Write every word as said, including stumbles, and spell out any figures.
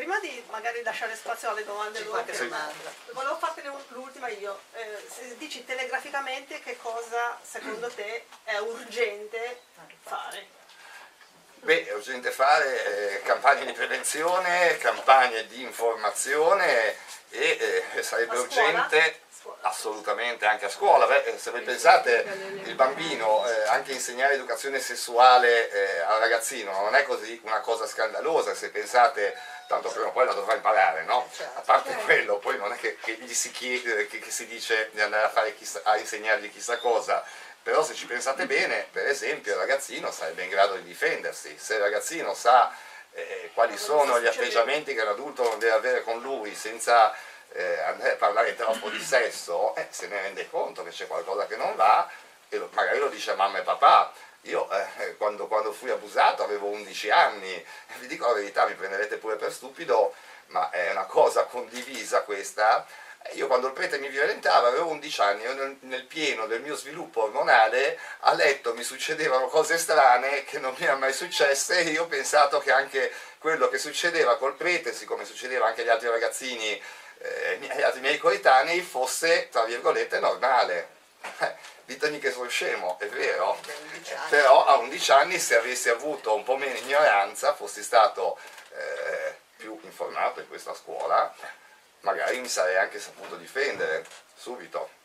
prima di magari lasciare spazio alle domande loro, Sì. volevo fartene l'ultima io. Eh, se dici telegraficamente che cosa secondo te è urgente fare? Beh, è urgente fare eh, campagne di prevenzione, campagne di informazione e eh, sarebbe urgente assolutamente anche a scuola. Beh, se voi pensate, il bambino, eh, anche insegnare educazione sessuale eh, al ragazzino non è così una cosa scandalosa, se pensate, tanto prima o poi la dovrà imparare, no? A parte quello, poi non è che, che gli si chiede, che, che si dice di andare a, fare chissà, a insegnargli chissà cosa. Però se ci pensate bene, per esempio il ragazzino sarebbe in grado di difendersi, se il ragazzino sa eh, quali sono gli atteggiamenti che l'adulto non deve avere con lui senza eh, andare a parlare troppo di sesso, eh, se ne rende conto che c'è qualcosa che non va e lo, magari lo dice a mamma e papà. Io eh, quando, quando fui abusato avevo undici anni, vi dico la verità, mi prenderete pure per stupido, ma è una cosa condivisa questa. Io quando il prete mi violentava avevo undici anni, io nel, nel pieno del mio sviluppo ormonale a letto mi succedevano cose strane che non mi erano mai successe e io ho pensato che anche quello che succedeva col prete, siccome succedeva anche agli altri ragazzini, eh, agli altri miei coetanei, fosse, tra virgolette, normale. Eh, ditemi che sono scemo, è vero, però a undici anni se avessi avuto un po' meno ignoranza, fossi stato eh, più informato in questa scuola, magari mi sarei anche saputo difendere subito.